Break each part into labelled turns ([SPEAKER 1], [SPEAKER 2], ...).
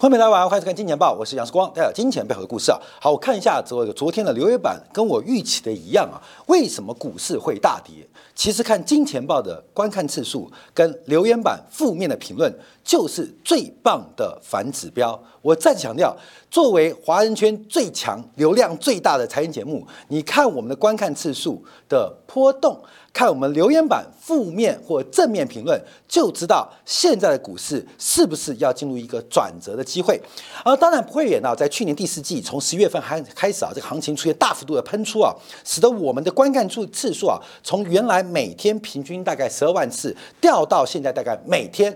[SPEAKER 1] 欢迎来晚，欢迎收看《金钱报》，我是杨世光，带来金钱背后的故事啊。好，我看一下昨天的留言板，跟我预期的一样啊。为什么股市会大跌？其实看《金钱报》的观看次数跟留言板负面的评论，就是最棒的反指标。我再次强调，作为华人圈最强、流量最大的财经节目，你看我们的观看次数的波动，看我们留言板负面或正面评论，就知道现在的股市是不是要进入一个转折的机会。当然不会远到在去年第四季从10月份开始啊，这个行情出现大幅度的喷出啊，使得我们的观看次数啊，从原来每天平均大概12万次，掉到现在大概每天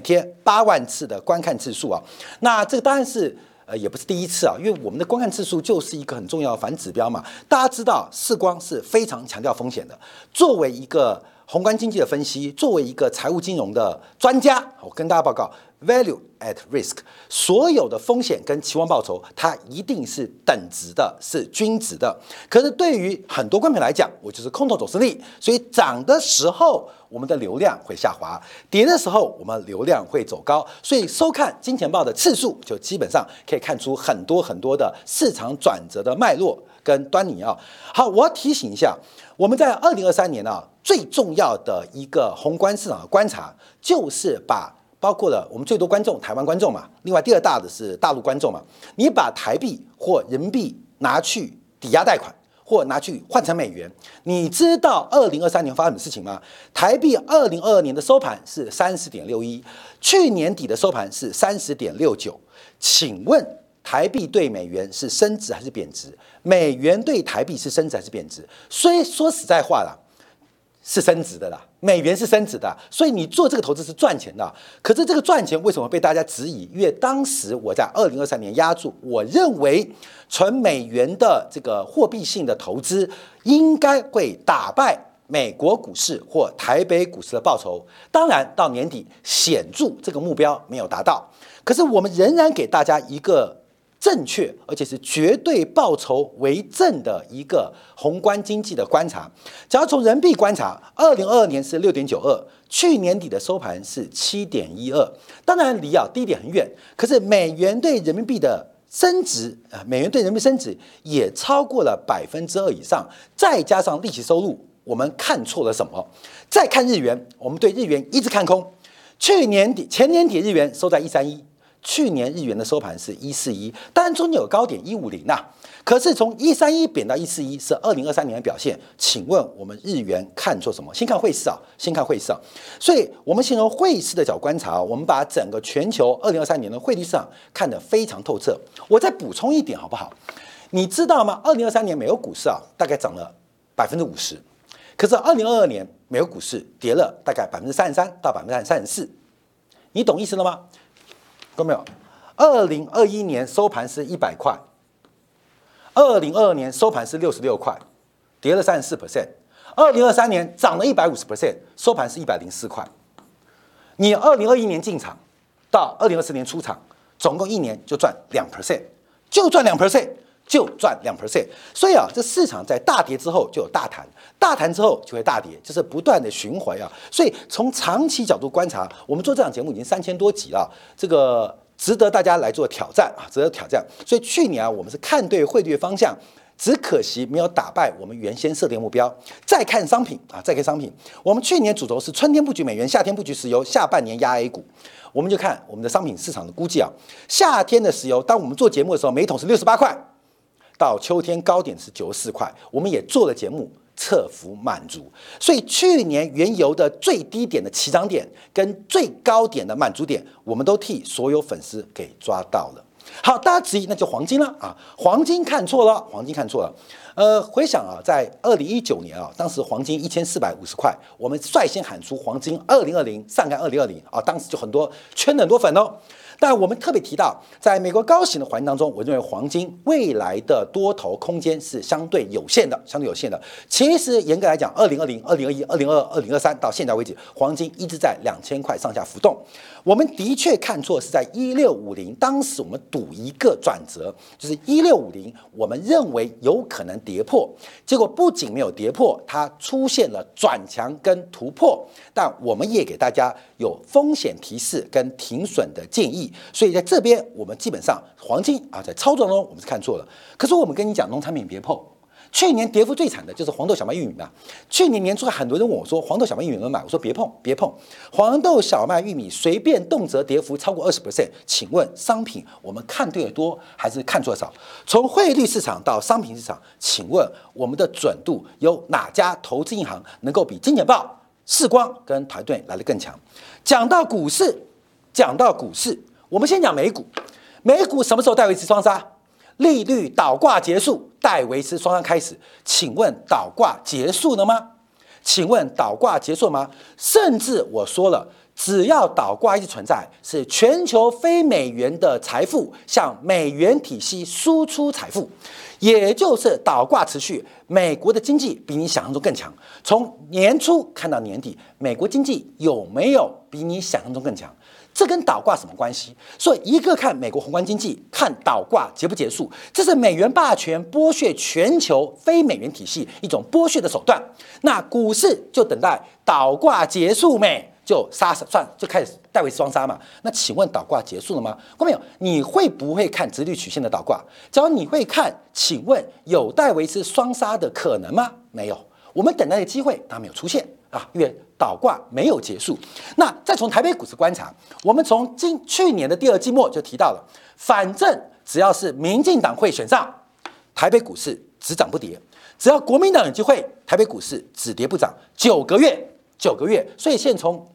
[SPEAKER 1] 8万次的观看次数啊。那这个当然是也不是第一次啊，因为我们的观看次数就是一个很重要的反指标嘛。大家知道，世光是非常强调风险的。作为一个宏观经济的分析，作为一个财务金融的专家，我跟大家报告 ，value at risk， 所有的风险跟期望报酬，它一定是等值的，是均值的。可是对于很多观众来讲，我就是空头走势力，所以涨的时候我们的流量会下滑，跌的时候我们流量会走高，所以收看金钱报的次数就基本上可以看出很多的市场转折的脉络跟端倪啊。好，我要提醒一下，我们在2023年啊，最重要的一个宏观市场的观察，就是包括了我们最多观众台湾观众嘛，另外第二大的是大陆观众嘛，你把台币或人民币拿去抵押贷款，或拿去换成美元，你知道2023年发生什么事情吗？台币2022年的收盘是30.61，去年底的收盘是30.69。请问台币对美元是升值还是贬值？美元对台币是升值还是贬值？所以说实在话啦，是升值的啦，美元是升值的，所以你做这个投资是赚钱的。可是这个赚钱为什么被大家质疑？因为当时我在2023年押注，我认为纯美元的这个货币性的投资应该会打败美国股市或台北股市的报酬。当然到年底显著这个目标没有达到，可是我们仍然给大家一个正确而且是绝对报酬为正的一个宏观经济的观察。只要从人民币观察，2022年是6.92，去年底的收盘是7.12。当然离低点很远，可是美元对人民币的升值美元对人民币升值也超过了2%以上，再加上利息收入，我们看错了什么？再看日元，我们对日元一直看空。前年底日元收在131。去年日元的收盘是141，当然中间有高点150呐。可是从131贬到141是2023年的表现，请问我们日元看错什么？先看汇市啊，所以我们先从汇市的角度观察，我们把整个全球2023年的汇率市场看得非常透彻。我再补充一点好不好？你知道吗？2023年美国股市啊大概涨了50%，可是2022年美国股市跌了大概33%到34%，你懂意思了吗？看到没有？2021年收盘是100块，2022年收盘是66块，跌了34%。2023年涨了150%，收盘是104块。你2021年进场到2024年出场，总共1年就赚2%，就赚2%。所以啊，这市场在大跌之后就有大弹，大弹之后就会大跌，就是不断的循环啊。所以从长期角度观察，我们做这档节目已经3000多集了，这个值得大家来做挑战啊，值得挑战。所以去年啊，我们是看对汇率的方向，只可惜没有打败我们原先设定目标。再看商品，我们去年主轴是春天布局美元，夏天布局石油，下半年压 A 股。我们就看我们的商品市场的估计啊，夏天的石油，当我们做节目的时候，每桶是68块。到秋天高点是94块，我们也做了节目，测幅满足。所以去年原油的最低点的起涨点跟最高点的满足点，我们都替所有粉丝给抓到了。好，大家质疑那就黄金了啊，黄金看错了。回想啊，在2019年啊，当时黄金1450块，我们率先喊出黄金2020上看2020啊，当时就圈了很多粉哦。但我们特别提到，在美国高息的环境当中，我认为黄金未来的多头空间是相对有限的。其实严格来讲，2020、2021、2022、2023到现在为止，黄金一直在2000块上下浮动。我们的确看错是在1650，当时我们赌一个转折，就是1650，我们认为有可能跌破，结果不仅没有跌破，它出现了转强跟突破。但我们也给大家有风险提示跟停损的建议。 利，所以在这边我们基本上黄金啊在操作中我们是看错了。可是我们跟你讲，农产品别碰。去年跌幅最惨的就是黄豆、小麦、玉米嘛。去年年初很多人问我说，黄豆、小麦、玉米能买？我说别碰，别碰。黄豆、小麦、玉米随便动辄跌幅超过20%，请问商品我们看对了多还是看错少？从汇率市场到商品市场，请问我们的准度有哪家投资银行能够比金钱豹、世光跟团队来得更强？讲到股市，我们先讲美股。美股什么时候戴维斯双杀？利率倒挂结束，戴维斯双杀开始。请问倒挂结束了吗？甚至我说了，只要倒挂一直存在，是全球非美元的财富向美元体系输出财富，也就是倒挂持续，美国的经济比你想象中更强。从年初看到年底，美国经济有没有比你想象中更强？这跟倒挂什么关系？所以一个看美国宏观经济，看倒挂结不结束，这是美元霸权剥削全球非美元体系一种剥削的手段。那股市就等待倒挂结束没？就就开始戴维斯双杀嘛。那请问倒挂结束了吗？观众朋友，你会不会看殖利率曲线的倒挂？假如你会看，请问有戴维斯双杀的可能吗？没有，我们等待的机会它没有出现啊，因为倒挂没有结束。那再从台北股市观察，我们从去年的第二季末就提到了，反正只要是民进党会选上，台北股市只涨不跌；只要国民党有机会，台北股市只跌不涨。9个月，所以现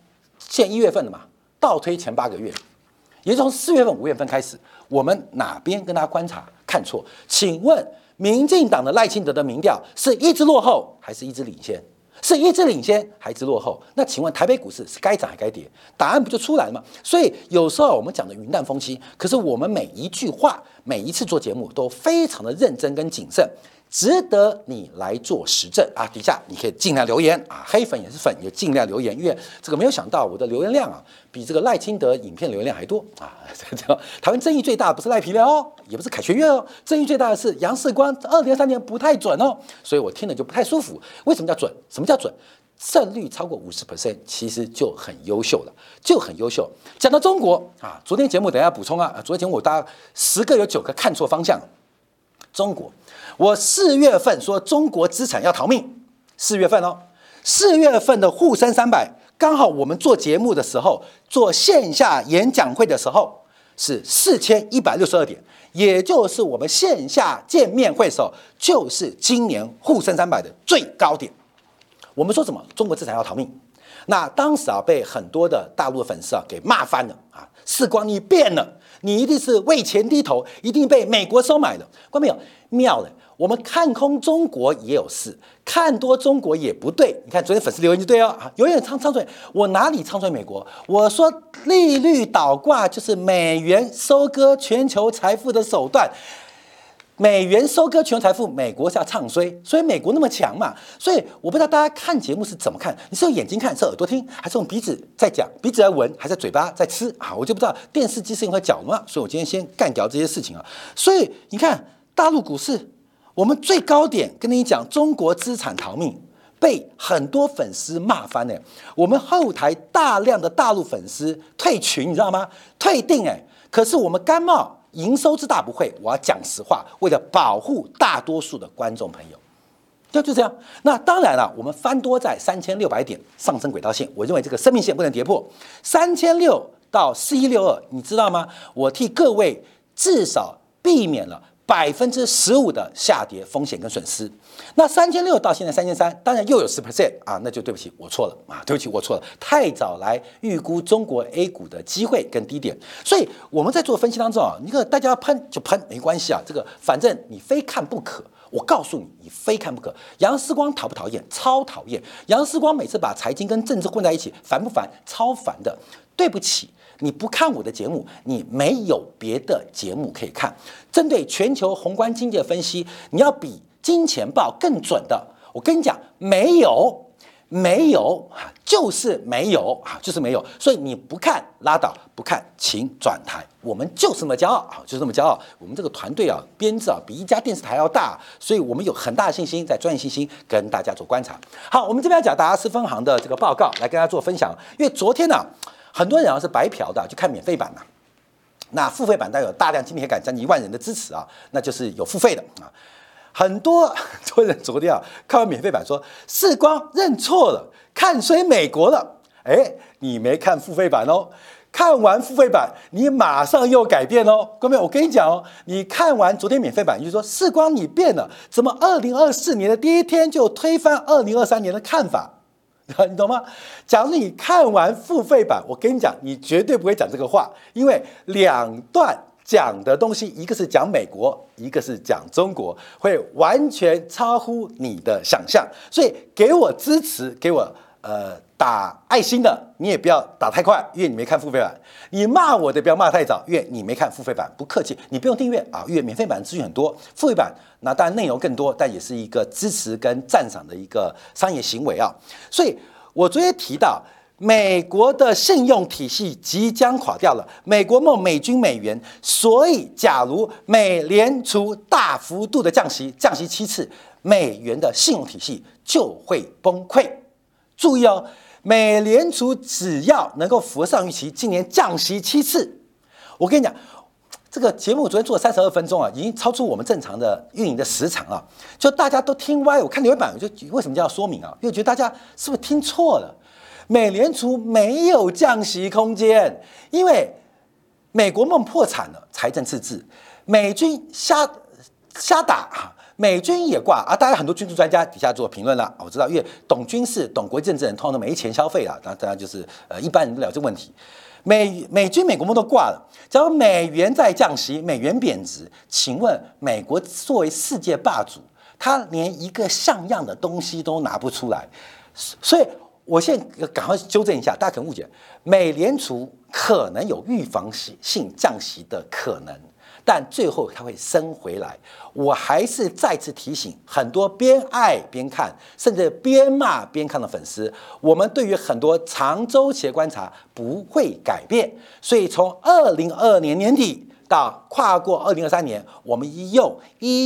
[SPEAKER 1] 1月份了嘛，倒推前8个月，也就是从4月份、5月份开始，我们哪边跟大家观察看错？请问民进党的赖清德的民调是一直落后还是一直领先？是一直领先还一直落后？那请问台北股市是该涨还该跌？答案不就出来了吗？所以有时候我们讲的云淡风轻，可是我们每一句话、每一次做节目都非常的认真跟谨慎，值得你来做实证啊！底下你可以尽量留言啊，黑粉也是粉，也尽量留言，因为这个没有想到我的留言量啊，比这个赖清德影片留言量还多啊！台湾争议最大的不是赖皮了哦，也不是凯旋院哦，争议最大的是杨世光2023年不太准哦，所以我听了就不太舒服。为什么叫准？什么叫准？胜率超过50%，其实就很优秀了，就很优秀。讲到中国啊，昨天节目等一下补充啊，昨天节目我大概10个有9个看错方向。中国，我4月份说中国资产要逃命，4月份哦，4月份的沪深300，刚好我们做节目的时候，做线下演讲会的时候是4162点，也就是我们线下见面会的时候，就是今年沪深300的最高点。我们说什么？中国资产要逃命。那当时啊，被很多的大陆的粉丝啊给骂翻了啊！世光你变了，你一定是为钱低头，一定被美国收买了。观众朋友，妙了！我们看空中国也有事，看多中国也不对。你看昨天粉丝留言就对哦啊，有人唱出来，我哪里唱出来美国？我说利率倒挂就是美元收割全球财富的手段。美元收割全球财富，美国是要唱衰，所以美国那么强嘛。所以我不知道大家看节目是怎么看，你是用眼睛看，是耳朵听，还是用鼻子在讲，鼻子在闻，还是嘴巴在吃啊？我就不知道电视机是用来搅的嘛。所以我今天先干掉这些事情啊。所以你看大陆股市，我们最高点跟你讲，中国资产逃命，被很多粉丝骂翻了。我们后台大量的大陆粉丝退群，你知道吗？退订哎。可是我们甘冒营收之大不讳，我要讲实话，为了保护大多数的观众朋友，就这样。那当然了，我们翻多在3600点上升轨道线，我认为这个生命线不能跌破3600到4162，你知道吗？我替各位至少避免了15%的下跌风险跟损失。那3600到现在3300，当然又有10%啊，那就对不起，我错了啊，对不起，我错了，太早来预估中国 A 股的机会跟低点。所以我们在做分析当中啊，你看大家要喷就喷，没关系啊，这个反正你非看不可。我告诉你，你非看不可。杨世光讨不讨厌？超讨厌。杨世光每次把财经跟政治混在一起，烦不烦？超烦的。对不起。你不看我的节目，你没有别的节目可以看。针对全球宏观经济的分析，你要比金钱豹更准的。我跟你讲，没有，就是没有啊，就是没有。所以你不看拉倒，不看请转台。我们就是这么骄傲啊，就是这么骄傲。我们这个团队啊，编制啊，比一家电视台要大，所以我们有很大的信心，在专业信心跟大家做观察。好，我们这边要讲达拉斯分行的这个报告，来跟大家做分享。因为昨天呢，很多人是白嫖的，就看免费版那付费版当然有大量今天赶将近1万人的支持啊，那就是有付费的啊。很多人昨天看完免费版说世光认错了，看衰美国了。哎，你没看付费版哦。看完付费版，你马上又改变哦，各位，我跟你讲哦，你看完昨天免费版，你就说世光你变了，怎么2024年的第一天就推翻2023年的看法？你懂吗？假如你看完付费版，我跟你讲，你绝对不会讲这个话，因为2段讲的东西，一个是讲美国，一个是讲中国，会完全超乎你的想象。所以给我支持，给我打爱心的，你也不要打太快，因为你没看付费版。你骂我的不要骂太早，因为你没看付费版。不客气，你不用订阅啊，因为免费版资讯很多，付费版那当然内容更多，但也是一个支持跟赞赏的一个商业行为啊。所以我昨天提到，美国的信用体系即将垮掉了，美国梦美军美元，所以假如美联储大幅度的降息7次，美元的信用体系就会崩溃。注意哦，美联储只要能够符合上预期，今年降息7次，我跟你讲，这个节目昨天做了32分钟啊，已经超出我们正常的运营的时长啊，就大家都听歪。我看留言板，我就为什么要说明啊？因为觉得大家是不是听错了？美联储没有降息空间，因为美国梦破产了，财政赤字，美军瞎打。美军也挂啊！大家很多军事专家底下做评论了，我知道，因为懂军事、懂国际政治人，通常都没钱消费了。当然就是一般人不了这个问题。美军、美国梦都挂了。假如美元在降息，美元贬值，请问美国作为世界霸主，他连一个像样的东西都拿不出来。所以我现在赶快纠正一下，大家可能误解，美联储可能有预防性降息的可能。但最后它会升回来。我还是再次提醒很多边爱边看，甚至边骂边看的粉丝，我们对于很多长周期的观察不会改变。所以从2022年年底到跨过2023年，我们用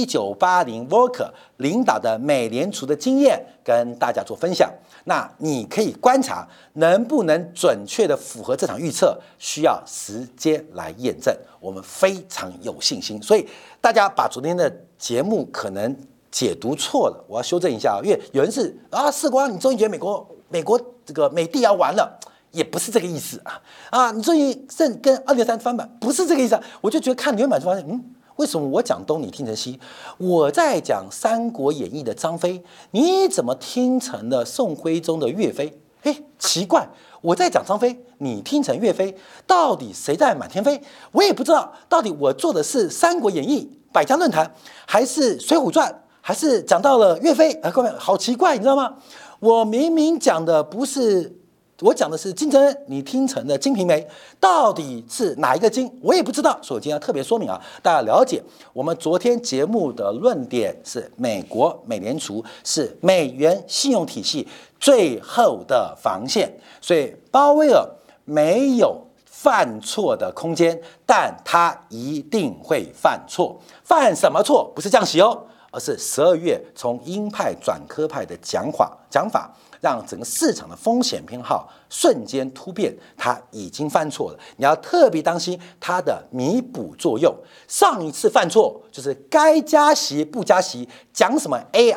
[SPEAKER 1] 1980 Volcker 领导的美联储的经验跟大家做分享。那你可以观察能不能准确的符合这场预测，需要时间来验证。我们非常有信心，所以大家把昨天的节目可能解读错了，我要修正一下，因为有人是世光，你终于觉得美国这个美帝要完了。也不是这个意思你终于跟2023翻版，不是这个意思我就觉得看留言板就发现，为什么我讲东你听成西？我在讲《三国演义》的张飞，你怎么听成了宋徽宗的岳飞？奇怪，我在讲张飞，你听成岳飞，到底谁在满天飞？我也不知道，到底我做的是《三国演义》百家论坛，还是《水浒传》，还是讲到了岳飞？各位，好奇怪，你知道吗？我明明讲的不是。我讲的是金正恩，你听成的《金瓶梅》，到底是哪一个金？我也不知道，所以我今天要特别说明大家了解。我们昨天节目的论点是，美联储是美元信用体系最后的防线，所以鲍威尔没有犯错的空间，但他一定会犯错。犯什么错？不是降息哦，而是12月从鹰派转鸽派的讲法。让整个市场的风险偏好瞬间突变，他已经犯错了，你要特别当心它的弥补作用。上一次犯错就是该加息不加息，讲什么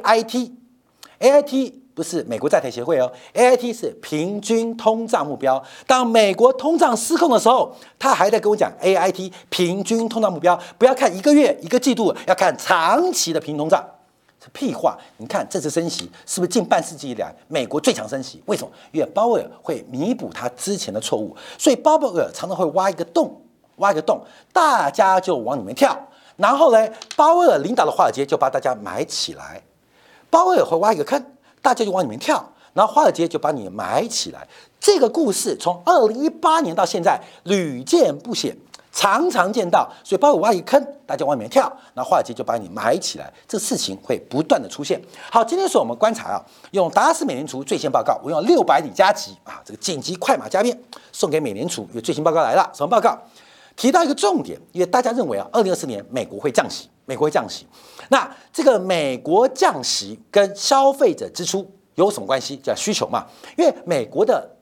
[SPEAKER 1] AIT 不是美国在台协会哦 ，AIT 是平均通胀目标。当美国通胀失控的时候，他还在跟我讲 AIT 平均通胀目标，不要看1个月、1个季度，要看长期的平均通胀。屁话！你看这次升息是不是近半世纪以来美国最强升息？为什么？因为鲍威尔会弥补他之前的错误，所以鲍威尔常常会挖一个洞，大家就往里面跳。然后呢，鲍威尔领导的华尔街就把大家买起来。鲍威尔会挖一个坑，大家就往里面跳，然后华尔街就把你买起来。这个故事从2018年到现在屡见不鲜。常常见到，所以鲍威尔挖一个坑，大家往里面跳，然后华尔街就把你埋起来，这事情会不断的出现。好，今天是我们观察用达拉斯美联储最新报告，我用600里加急这个紧急快马加鞭送给美联储，因为最新报告来了，什么报告？提到一个重点，因为大家认为2024年美国会降息，那这个美国降息跟消费者支出有什么关系？叫需求嘛，因为美国的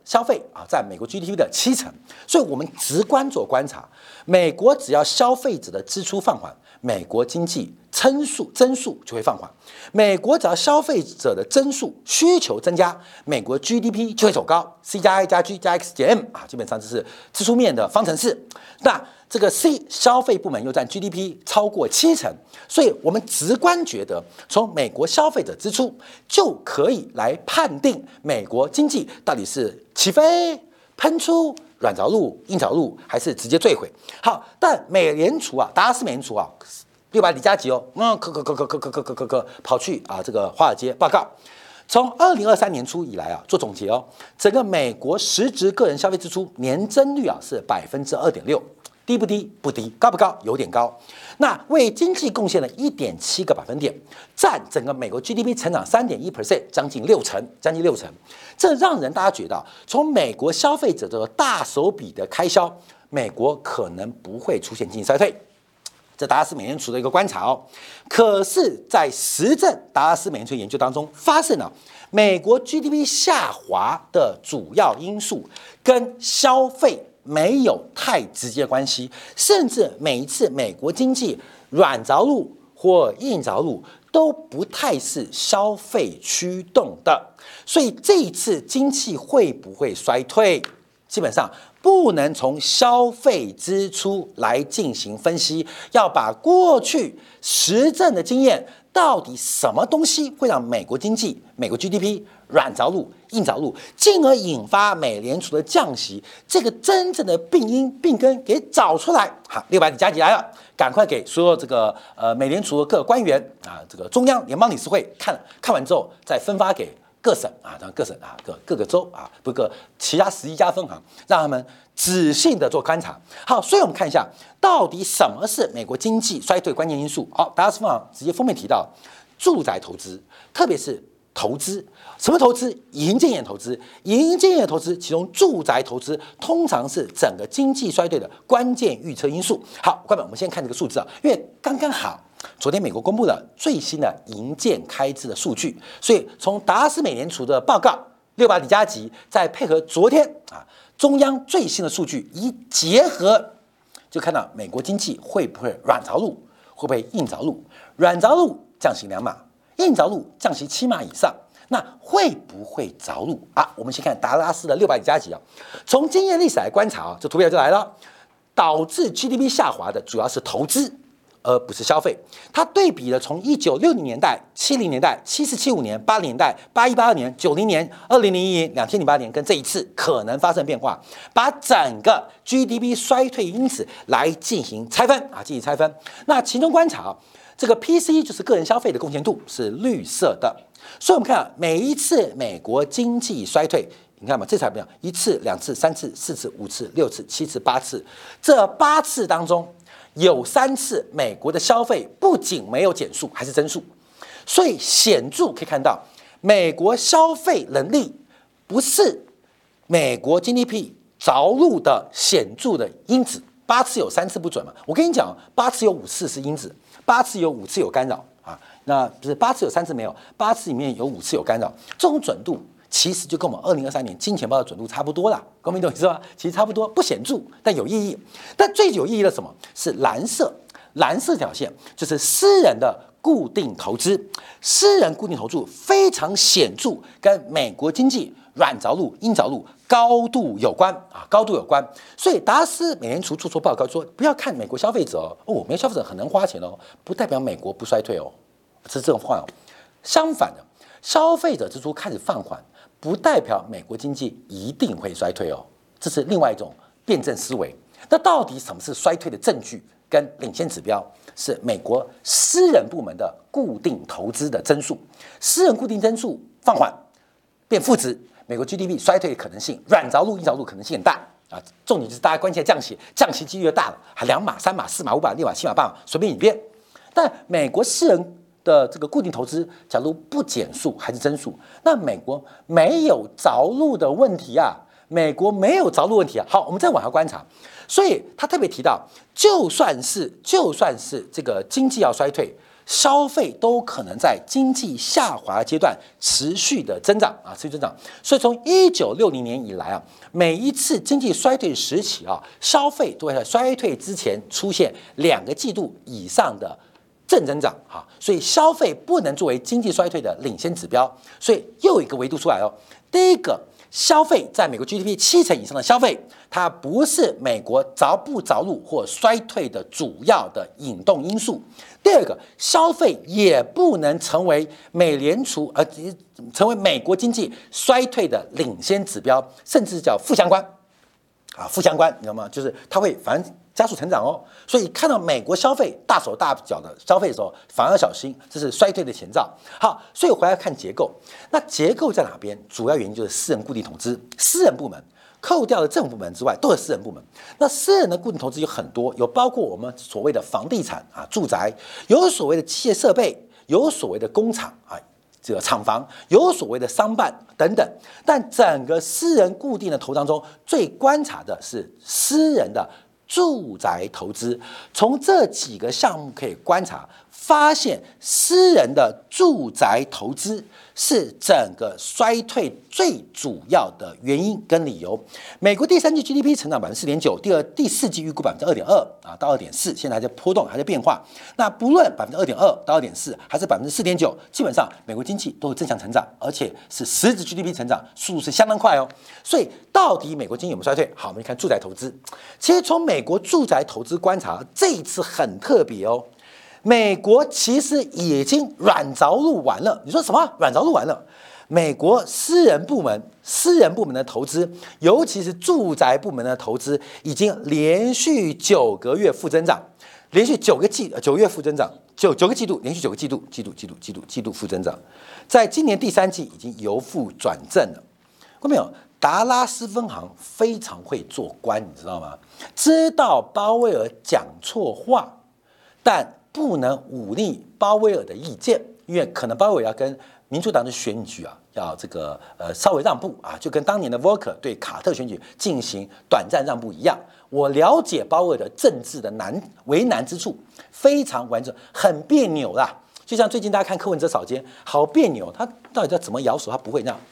[SPEAKER 1] 消费啊占美国 GDP 的70%，所以我们直观做观察，美国只要消费者的支出放缓，美国经济增速就会放缓；美国只要消费者的需求增加，美国 GDP 就会走高。C 加 I 加 G 加 X 减 M 啊，基本上这是支出面的方程式。那这个 C 消费部门又占 GDP 超过70%，所以我们直观觉得，从美国消费者支出就可以来判定美国经济到底是起飞、喷出、软着陆、硬着陆，还是直接坠毁。好，但美联储啊，达拉斯美联储啊，600李佳琦哦，跑去啊这个华尔街报告。从2023年初以来啊，做总结哦，整个美国实质个人消费支出年增率啊是2.6%。低不低？不低。高不高？有点高。那为经济贡献了1.7个百分点，占整个美国 GDP 成长3.1%，将近六成。这让大家觉得，从美国消费者这个大手笔的开销，美国可能不会出现经济衰退。这达拉斯美联储的一个观察哦。可是，在实证达拉斯美联储研究当中发现了，美国 GDP 下滑的主要因素跟消费没有太直接关系，甚至每一次美国经济软着陆或硬着陆都不太是消费驱动的，所以这一次经济会不会衰退，基本上不能从消费支出来进行分析，要把过去实证的经验，到底什么东西会让美国经济、美国 GDP 软着陆、硬着陆，进而引发美联储的降息，这个真正的病因病根给找出来。好，600李佳琦来了，赶快给所有这个美联储的各个官员啊，这个中央联邦理事会看完之后，再分发给各省啊，各个州啊，其他11家分行，让他们仔细的做观察。好，所以我们看一下，到底什么是美国经济衰退关键因素？好，达拉斯分行直接封面提到，住宅投资，特别是投资，什么投资？营建业投资，营建业投资，其中住宅投资通常是整个经济衰退的关键预测因素。好，各位，我们先看这个数字啊，因为刚刚好。昨天美国公布了最新的营建开支的数据，所以从达拉斯美联储的报告，600李佳琦再配合昨天啊中央最新的数据一结合，就看到美国经济会不会软着陆，会不会硬着陆？软着陆降息2码，硬着陆降息7码以上，那会不会着陆啊？我们先看达拉斯的600李佳琦啊，从经验历史来观察啊，这图表就来了，导致 GDP 下滑的主要是投资。而不是消费，它对比了从1960年代、70年代、74、75年、80年代、81、82年、90年、2001年、2008年跟这一次可能发生变化，把整个 GDP 衰退因子来进行拆分。那其中观察这个 PCE 就是个人消费的贡献度是绿色的，所以我们看每一次美国经济衰退。你看嘛，这才不一样，1次、2次、3次、4次、5次、6次、7次、8次，这8次当中有3次美国的消费不仅没有减速，还是增速，所以显著可以看到，美国消费能力不是美国 GDP 着陆的显著的因子。8次有3次不准嘛？我跟你讲，8次有5次是因子，8次有5次有干扰啊。那不是8次有3次没有，8次里面有5次有干扰，这种准度。其实就跟我们2023年金钱豹的准度差不多啦，各位懂意思吧？其实差不多，不显著，但有意义。但最有意义的什么？是蓝色这条线，就是私人的固定投资，私人固定投注非常显著，跟美国经济软着陆、硬着陆高度有关。所以达拉斯美联储做出报告说，不要看美国消费者哦，美国消费者很能花钱哦，不代表美国不衰退哦，是这种话哦。相反的，消费者支出开始放缓。不代表美国经济一定会衰退哦，这是另外一种辩证思维。那到底什么是衰退的证据跟领先指标？是美国私人部门的固定投资的增速，私人固定增速放缓变负值，美国 GDP 衰退的可能性，软着陆、硬着陆可能性很大啊。重点就是大家关切降息几率越大了，还2码、3码、4码、5码、6码、7码、8码，随便你编。但美国私人的这个固定投资，假如不减速还是增速，那美国没有着陆的问题啊，好，我们再往下观察，所以他特别提到，就算是这个经济要衰退， 消费都可能在经济下滑阶段持续的增长啊，持续增长。所以从1960年以来啊，每一次经济衰退时期啊，消费都会在衰退之前出现2个季度以上的正增长啊，所以消费不能作为经济衰退的领先指标。所以又有一个维度出来哦，第一个，消费在美国 GDP 70%以上的消费，它不是美国着不着陆或衰退的主要的引动因素。第二个，消费也不能成为美联储成为美国经济衰退的领先指标，甚至叫负相关啊，负相关，你知道吗？就是它会反正加速成长哦。所以看到美国消费大手大脚的消费的时候，反而要小心，这是衰退的前兆。好，所以回来看结构，那结构在哪边？主要原因就是私人固定投资，私人部门。扣掉了政府部门之外，都是私人部门。那私人的固定投资有很多，有包括我们所谓的房地产啊、住宅，有所谓的机械设备，有所谓的工厂啊，这个厂房，有所谓的商办等等。但整个私人固定的投当中，最观察的是私人的住宅投资。从这几个项目可以观察，发现私人的住宅投资是整个衰退最主要的原因跟理由。美国第3季 GDP 成长4.9%，第4季预估2.2%啊到2.4%，现在还在波动，还在变化。那不论2.2%到2.4%，还是4.9%，基本上美国经济都是正向成长，而且是实质 GDP 成长速度是相当快哦。所以到底美国经济有没有衰退？好，我们看住宅投资。其实从美国住宅投资观察，这一次很特别哦。美国其实已经软着陆完了。你说什么？软着陆完了？美国私人部门的投资，尤其是住宅部门的投资，已经连续9个月负增长，连续9月负增长，9个季度，连续9个季度负增长，在今年第3季已经由负转正了。看到没有？达拉斯分行非常会做官，你知道吗？知道鲍威尔讲错话，但不能忤逆鲍威尔的意见，因为可能鲍威尔要跟民主党的选举啊，要这个稍微让步啊，就跟当年的 Volcker 对卡特选举进行短暂让步一样。我了解鲍威尔的政治的为难之处，非常完整，很别扭啦。就像最近大家看柯文哲扫街，好别扭，他到底要怎么摇手？他不会那样，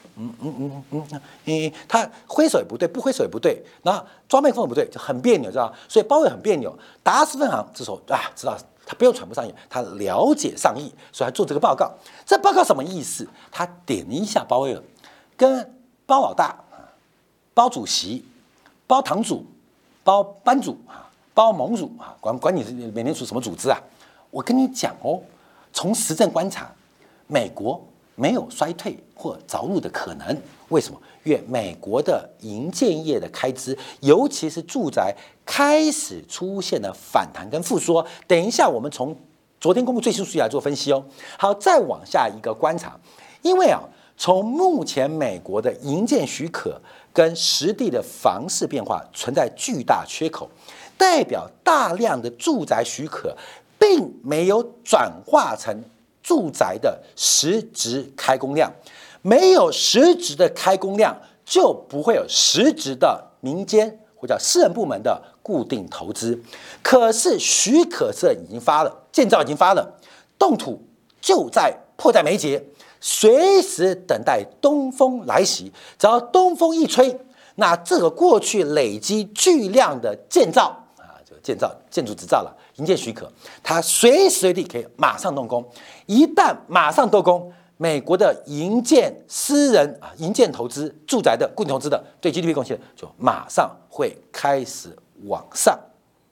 [SPEAKER 1] 他挥手也不对，不挥手也不对，然后抓麦克风也不对，就很别扭，知道？所以鲍威尔很别扭。达拉斯分行这时候啊，知道。他不用传播上意，他了解上意，所以他做这个报告。这报告什么意思？他点了一下鲍威尔，跟包老大、包主席、包堂主、包班主啊、包盟主啊，管你是美联储什么组织啊？我跟你讲哦，从实证观察，美国没有衰退或着陆的可能。为什么？因为美国的营建业的开支，尤其是住宅，开始出现了反弹跟复苏。等一下，我们从昨天公布最新数据来做分析哦。好，再往下一个观察，因为从目前美国的营建许可跟实地的房市变化存在巨大缺口，代表大量的住宅许可并没有转化成住宅的实质开工量。没有实质的开工量，就不会有实质的民间或者私人部门的固定投资。可是许可证已经发了，建造已经发了，动土就在迫在眉睫，随时等待东风来袭。只要东风一吹，那这个过去累积巨量的建造啊，这个建筑执照了，营建许可，它随时随地可以马上动工。一旦马上动工，美国的营建私人营建投资、住宅的固定投资的对 GDP 贡献就马上会开始往上，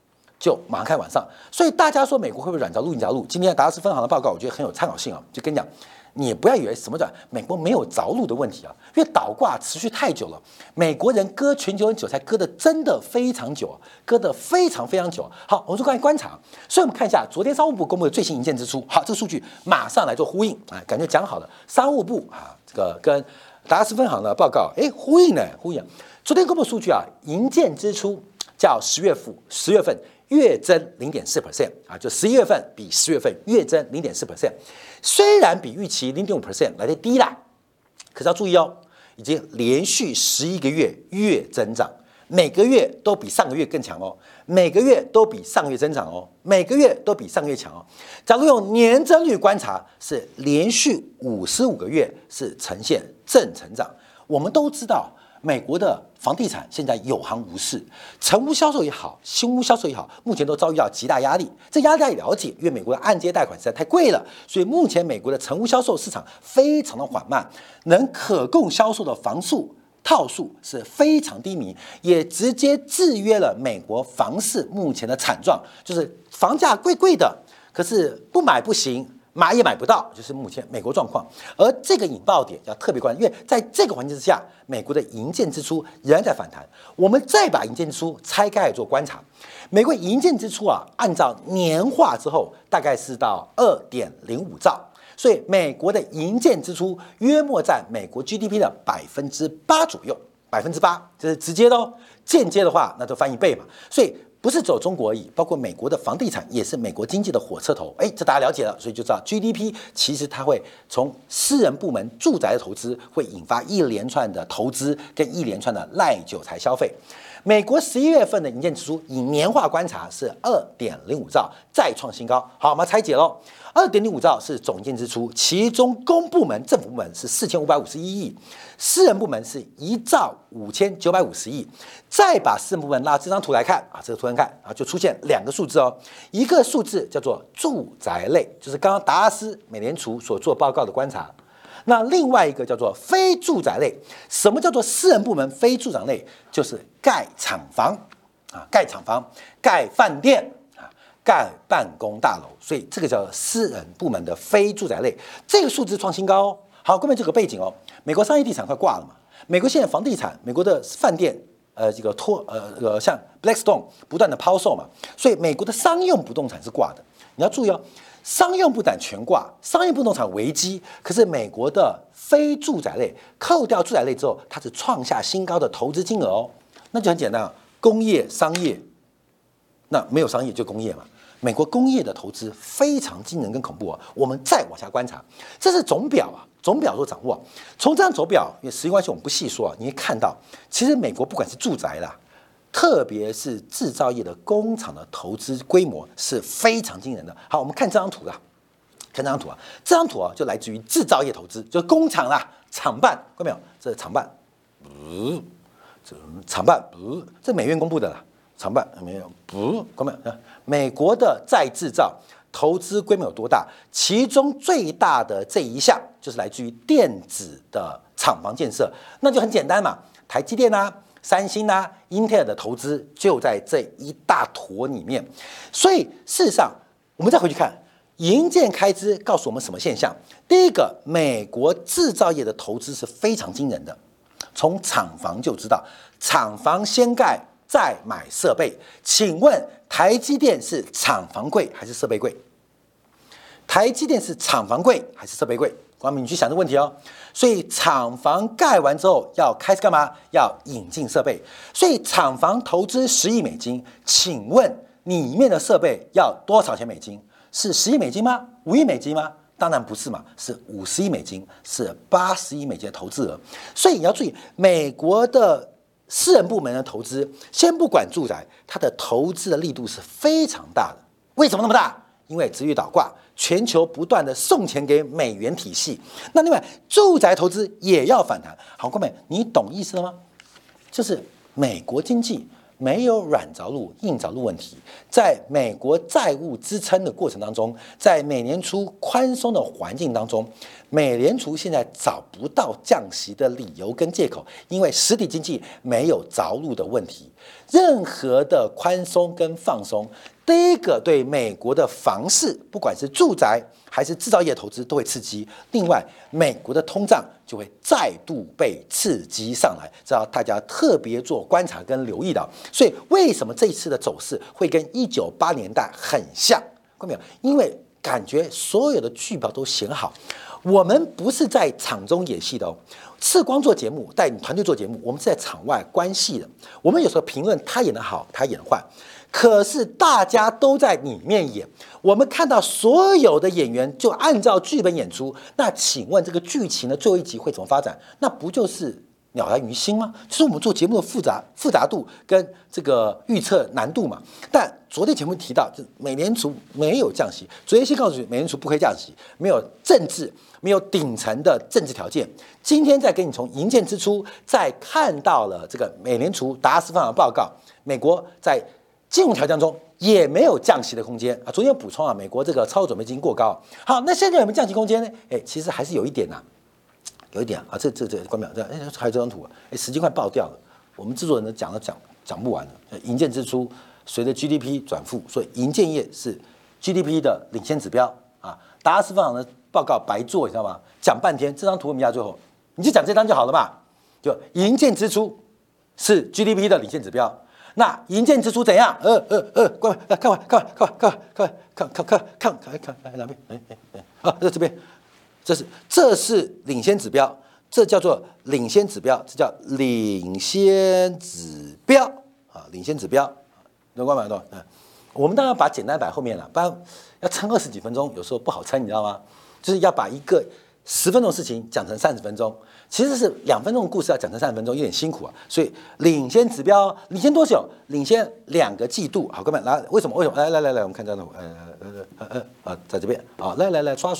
[SPEAKER 1] 所以大家说美国会不会软着陆、硬着陆？今天达拉斯分行的报告，我觉得很有参考性啊。就跟你讲，你不要以为什么的美国没有着陆的问题啊，因为倒挂持续太久了。美国人割全球人韭菜割的真的非常久，割的非常久。好，我们就关于观察，所以我们看一下昨天商务部公布的最新营建支出。好，这个数据马上来做呼应啊，感觉讲好了。商务部这个跟达拉斯分行的报告，呼应。昨天公布数据营建支出较10月份月增0.4%啊，就11月份比10月份月增0.4%，虽然比预期0.5% 来得低啦，可是要注意哦，已经连续11个月月增长。 每个月都比上个月更强哦，每个月都比上个月增长哦，每个月都比上个月强哦。假如用年增率观察，是连续55个月是呈现正成长。我们都知道，美国的房地产现在有行无市，成屋销售也好，新屋销售也好，目前都遭遇到极大压力。这压力大家也了解，因为美国的按揭贷款实在太贵了，所以目前美国的成屋销售市场非常的缓慢，能可供销售的房数套数是非常低迷，也直接制约了美国房市目前的惨状，就是房价贵贵的，可是不买不行，买也买不到，就是目前美国状况。而这个引爆点要特别关注，因为在这个环境之下，美国的营建支出仍然在反弹。我们再把营建支出拆开来做观察，美国营建支出按照年化之后，大概是到2.05兆。所以，美国的营建支出约莫占美国 GDP 的8%左右，8%，这是直接的哦。间接的话，那就翻一倍嘛。所以不是只有中国而已，包括美国的房地产也是美国经济的火车头。这大家了解了，所以就知道 GDP 其实它会从私人部门住宅的投资，会引发一连串的投资跟一连串的赖韭财消费。美国11月份的营建支出以年化观察是2.05兆，再创新高。好，我们拆解喽。2.05兆是总营建支出，其中公部门、政府部门是4551亿，私人部门是1兆5950亿。再把私人部门拉这张图来看这个图来看就出现2个数字哦，一个数字叫做住宅类，就是刚刚达拉斯美联储所做报告的观察。那另外一个叫做非住宅类，什么叫做私人部门非住宅类？就是盖厂房盖厂房、盖饭店盖办公大楼，所以这个叫私人部门的非住宅类。这个数字创新高哦。好，各位这个背景哦，美国商业地产快挂了嘛？美国现在房地产，美国的饭店，像 Blackstone 不断的抛售嘛，所以美国的商用不动产是挂的。你要注意哦。商用不但全挂，商业不动产危机，可是美国的非住宅类扣掉住宅类之后，它是创下新高的投资金额哦。那就很简单工业、商业，那没有商业就工业嘛。美国工业的投资非常惊人跟恐怖我们再往下观察，这是总表总表做掌握从这张手表，因为时间关系我们不细说你会看到，其实美国不管是住宅啦，特别是制造业的工厂的投资规模是非常惊人的。好，我们看这张图看这张图这张图就来自于制造业投资，就是工厂厂办，看到没有？这是厂办，厂办，这美院公布的厂办没有？看到没有？美国的再制造投资规模有多大？其中最大的这一项就是来自于电子的厂房建设，那就很简单嘛，台积电三星英特尔的投资就在这一大坨里面。所以事实上，我们再回去看营建开支，告诉我们什么现象？第一个，美国制造业的投资是非常惊人的，从厂房就知道，厂房先盖再买设备。请问台积电是厂房贵还是设备贵？台积电是厂房贵还是设备贵？光明，你去想这个问题哦。所以厂房盖完之后要开始干嘛？要引进设备。所以厂房投资10亿美金，请问里面的设备要多少钱美金？是10亿美金吗？5亿美金吗？当然不是嘛，是50亿美金，是80亿美金的投资额。所以你要注意，美国的私人部门的投资，先不管住宅，它的投资的力度是非常大的。为什么那么大？因为殖利率倒挂，全球不断的送钱给美元体系。那另外，住宅投资也要反弹。好，各位，你懂意思了吗？就是美国经济没有软着陆、硬着陆问题，在美国债务支撑的过程当中，在美联储宽松的环境当中，美联储现在找不到降息的理由跟借口，因为实体经济没有着陆的问题。任何的宽松跟放松，第一个对美国的房市，不管是住宅还是制造业投资都会刺激。另外，美国的通胀就会再度被刺激上来，这要大家特别做观察跟留意的。所以，为什么这一次的走势会跟1980年代很像？看到没有？因为感觉所有的剧本都写好。我们不是在场中演戏的哦，赤光做节目，带领团队做节目，我们是在场外观戏的。我们有时候评论他演得好，他演得坏，可是大家都在里面演。我们看到所有的演员就按照剧本演出，那请问这个剧情的最后一集会怎么发展？那不就是了然于心吗？就是我们做节目的复杂度跟这个预测难度嘛。但昨天节目提到，就是美联储没有降息，昨天先告诉你美联储不会降息，没有政治，没有顶层的政治条件。今天再给你从营建支出，再看到了这个美联储达拉斯分行的报告，美国在金融条件中也没有降息的空间啊。昨天有补充啊，美国这个操作准备金过高。好，那现在有没有降息空间呢？其实还是有一点呐、有一点啊，这关表还有这张图啊，时间快爆掉了。我们制作人呢讲不完了。营建支出随着 GDP 转负，所以营建业是 GDP 的领先指标啊。达拉斯分行的报告白做，你知道吗？讲半天，这张图我们压最后，你就讲这张就好了嘛。就营建支出是 GDP 的领先指标。那营建支出怎样？过来，看哪边？这边，这是领先指标，这叫做领先指标，这叫领先指标啊，领先指标，懂吗？懂？我们当然把简单摆后面了，不然要撑20几分钟，有时候不好撑，你知道吗？就是要把一个10分钟的事情讲成30分钟。其实是2分钟的故事要讲成30分钟，有点辛苦啊。所以领先指标领先多久？领先2个季度。好，各位来，为什么？来，我们看这张图，在这边啊，来，刷，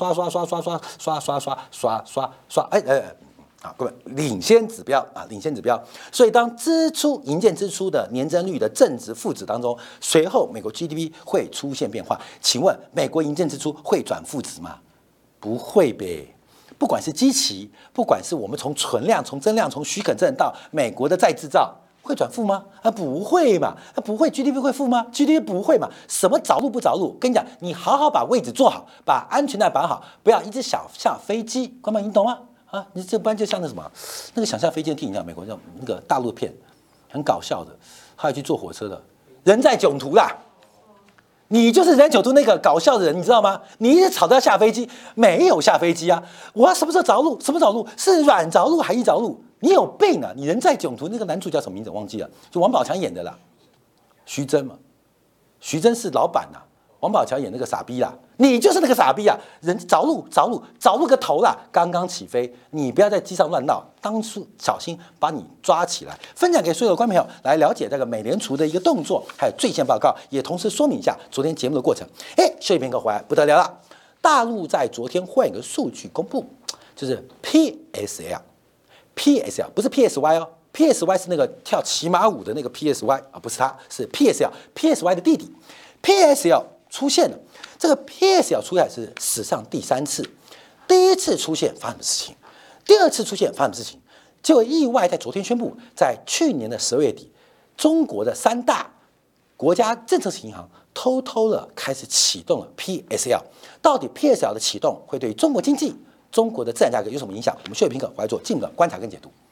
[SPEAKER 1] 好，各位，领先指标啊，领先指标。所以当营建支出的年增率的正值负值当中，随后美国 GDP 会出现变化。请问美国营建支出会转负值吗？不会呗。不管是基期，不管是我们从存量、从增量、从许可证到美国的再制造，会转负吗？不会嘛，不会 GDP 会负吗 ？GDP 不会嘛？什么着陆不着陆？跟你讲，你好好把位置做好，把安全带绑好，不要一直想下飞机，官们你懂吗？啊，你这不然就像那什么，那个想下飞机的电影，美国叫那个大陆片，很搞笑的，还有去坐火车的，人在囧途啦。你就是人囧途那个搞笑的人，你知道吗？你一直吵着要下飞机，没有下飞机啊！我要什么时候着陆？什么着陆？是软着陆还是硬着陆？你有病啊！你人在囧途那个男主叫什么名字忘记了，就王宝强演的啦，徐峥嘛，徐峥是老板呐、王宝强演那个傻逼啦，你就是那个傻逼啊！人着陆个头啦！刚刚起飞，你不要在机上乱闹，当初小心把你抓起来。分享给所有的观众朋友来了解这个美联储的一个动作，还有最新报告，也同时说明一下昨天节目的过程。休息片刻回来不得了了，大陆在昨天换一个数据公布，就是 PSL 不是 PSY 哦。PSY 是那个跳骑马舞的那个 PSY 啊，不是它，是 PSY 的弟弟。PSL 出现了，这个 PSL 出现是史上第3次，第一次出现发生什么事情？第2次出现发生什么事情？结果意外在昨天宣布，在去年的12月底，中国的3大国家政策性银行偷偷的开始启动了 PSL。到底 PSL 的启动会对中国经济、中国的资产价格有什么影响？我们休息片刻回来做进一步的观察跟解读。